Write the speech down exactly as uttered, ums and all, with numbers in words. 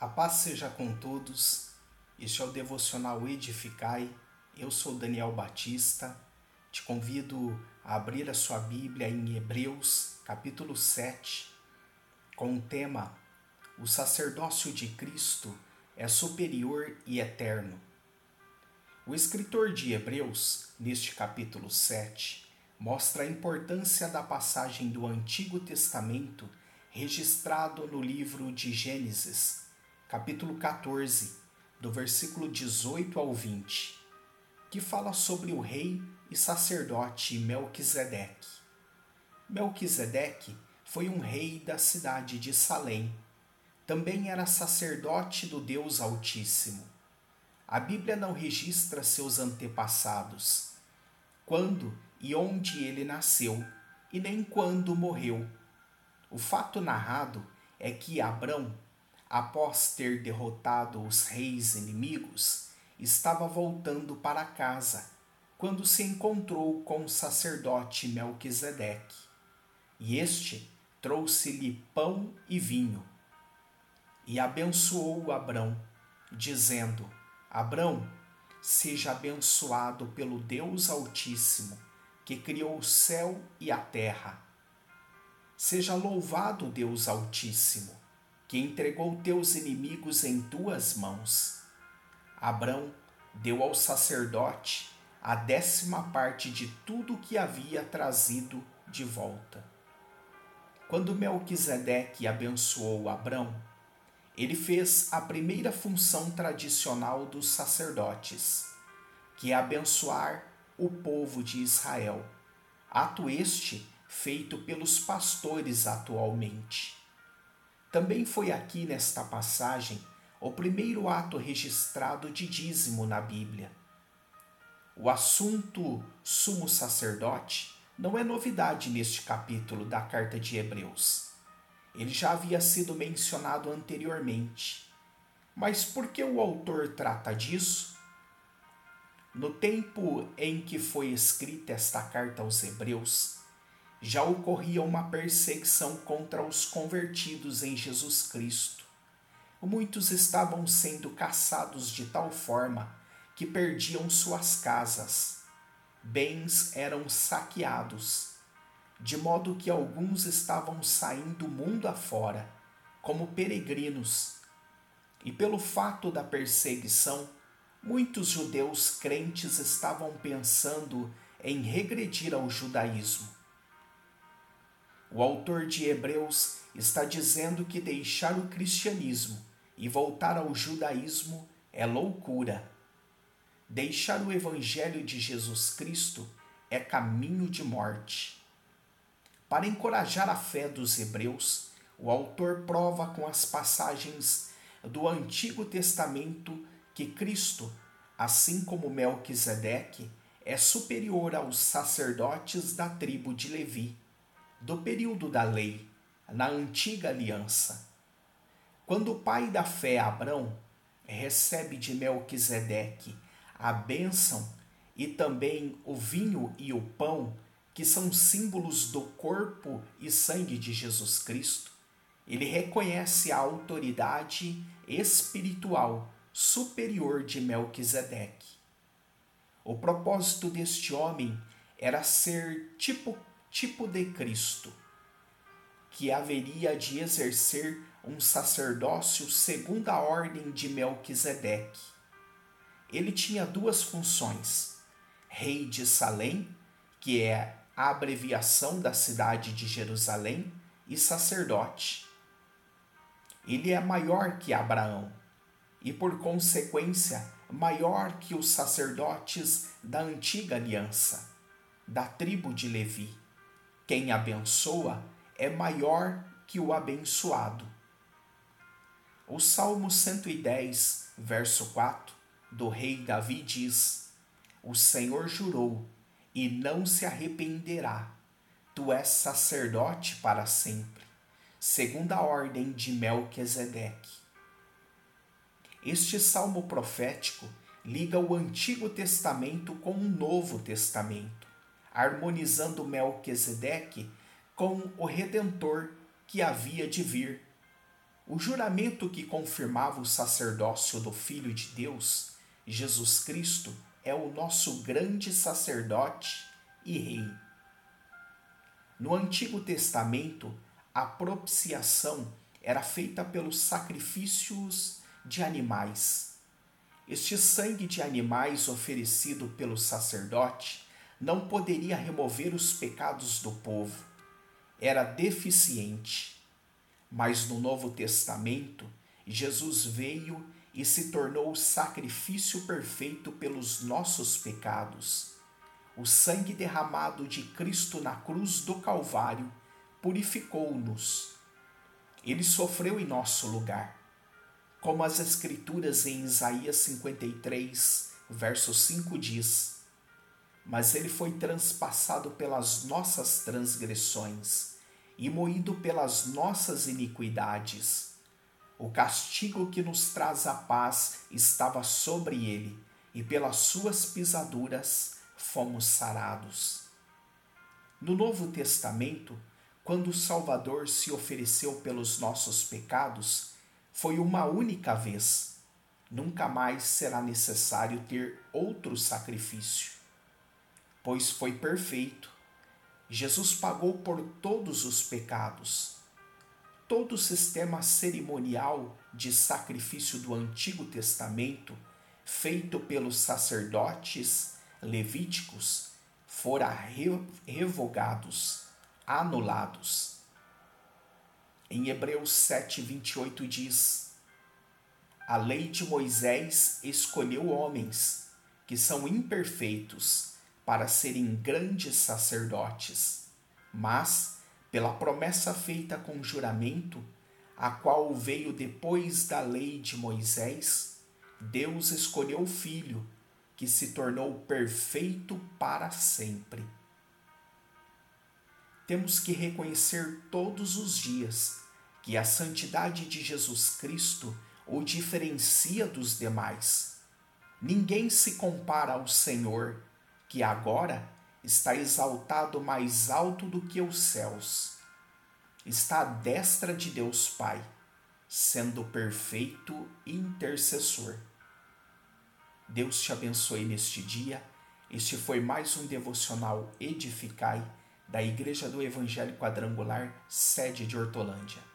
A paz seja com todos. Este é o Devocional Edificai. Eu sou Daniel Batista. Te convido a abrir a sua Bíblia em Hebreus, capítulo sete, com o tema O sacerdócio de Cristo é superior e eterno. O escritor de Hebreus, neste capítulo sete, mostra a importância da passagem do Antigo Testamento registrado no livro de Gênesis, capítulo quatorze, do versículo dezoito ao vinte, que fala sobre o rei e sacerdote Melquisedeque. Melquisedeque foi um rei da cidade de Salém. Também era sacerdote do Deus Altíssimo. A Bíblia não registra seus antepassados, quando e onde ele nasceu, e nem quando morreu. O fato narrado é que Abrão, após ter derrotado os reis inimigos, estava voltando para casa, quando se encontrou com o sacerdote Melquisedeque. E este trouxe-lhe pão e vinho, e abençoou Abrão, dizendo: Abrão, seja abençoado pelo Deus Altíssimo, que criou o céu e a terra. Seja louvado o Deus Altíssimo, que entregou teus inimigos em tuas mãos. Abrão deu ao sacerdote a décima parte de tudo que havia trazido de volta. Quando Melquisedeque abençoou Abrão, ele fez a primeira função tradicional dos sacerdotes, que é abençoar o povo de Israel, ato este feito pelos pastores atualmente. Também foi aqui nesta passagem o primeiro ato registrado de dízimo na Bíblia. O assunto sumo sacerdote não é novidade neste capítulo da carta de Hebreus. Ele já havia sido mencionado anteriormente. Mas por que o autor trata disso? No tempo em que foi escrita esta carta aos Hebreus, já ocorria uma perseguição contra os convertidos em Jesus Cristo. Muitos estavam sendo caçados de tal forma que perdiam suas casas. Bens eram saqueados, de modo que alguns estavam saindo mundo afora, como peregrinos. E pelo fato da perseguição, muitos judeus crentes estavam pensando em regredir ao judaísmo. O autor de Hebreus está dizendo que deixar o cristianismo e voltar ao judaísmo é loucura. Deixar o evangelho de Jesus Cristo é caminho de morte. Para encorajar a fé dos hebreus, o autor prova com as passagens do Antigo Testamento que Cristo, assim como Melquisedeque, é superior aos sacerdotes da tribo de Levi, do período da lei, na antiga aliança. Quando o pai da fé, Abrão, recebe de Melquisedeque a bênção e também o vinho e o pão, que são símbolos do corpo e sangue de Jesus Cristo, ele reconhece a autoridade espiritual superior de Melquisedeque. O propósito deste homem era ser tipo tipo de Cristo, que haveria de exercer um sacerdócio segundo a ordem de Melquisedeque. Ele tinha duas funções: rei de Salém, que é a abreviação da cidade de Jerusalém, e sacerdote. Ele é maior que Abraão e, por consequência, maior que os sacerdotes da antiga aliança, da tribo de Levi. Quem abençoa é maior que o abençoado. O Salmo cento e dez, verso quatro, do rei Davi diz: O Senhor jurou e não se arrependerá. Tu és sacerdote para sempre, segundo a ordem de Melquisedeque. Este salmo profético liga o Antigo Testamento com o Novo Testamento, harmonizando Melquisedeque com o Redentor que havia de vir. O juramento que confirmava o sacerdócio do Filho de Deus, Jesus Cristo, é o nosso grande sacerdote e rei. No Antigo Testamento, a propiciação era feita pelos sacrifícios de animais. Este sangue de animais oferecido pelo sacerdote não poderia remover os pecados do povo. Era deficiente. Mas no Novo Testamento, Jesus veio e se tornou o sacrifício perfeito pelos nossos pecados. O sangue derramado de Cristo na cruz do Calvário purificou-nos. Ele sofreu em nosso lugar. Como as Escrituras em Isaías cinquenta e três, verso cinco diz: mas ele foi transpassado pelas nossas transgressões e moído pelas nossas iniquidades. O castigo que nos traz a paz estava sobre ele, e pelas suas pisaduras fomos sarados. No Novo Testamento, quando o Salvador se ofereceu pelos nossos pecados, foi uma única vez. Nunca mais será necessário ter outro sacrifício, pois foi perfeito. Jesus pagou por todos os pecados. Todo o sistema cerimonial de sacrifício do Antigo Testamento, feito pelos sacerdotes levíticos, fora revogados, anulados. Em Hebreus sete, vinte e oito diz: a lei de Moisés escolheu homens que são imperfeitos para serem grandes sacerdotes, mas, pela promessa feita com juramento, a qual veio depois da lei de Moisés, Deus escolheu o Filho, que se tornou perfeito para sempre. Temos que reconhecer todos os dias que a santidade de Jesus Cristo o diferencia dos demais. Ninguém se compara ao Senhor, que agora está exaltado mais alto do que os céus. Está à destra de Deus Pai, sendo perfeito intercessor. Deus te abençoe neste dia. Este foi mais um devocional Edificai da Igreja do Evangelho Quadrangular, sede de Hortolândia.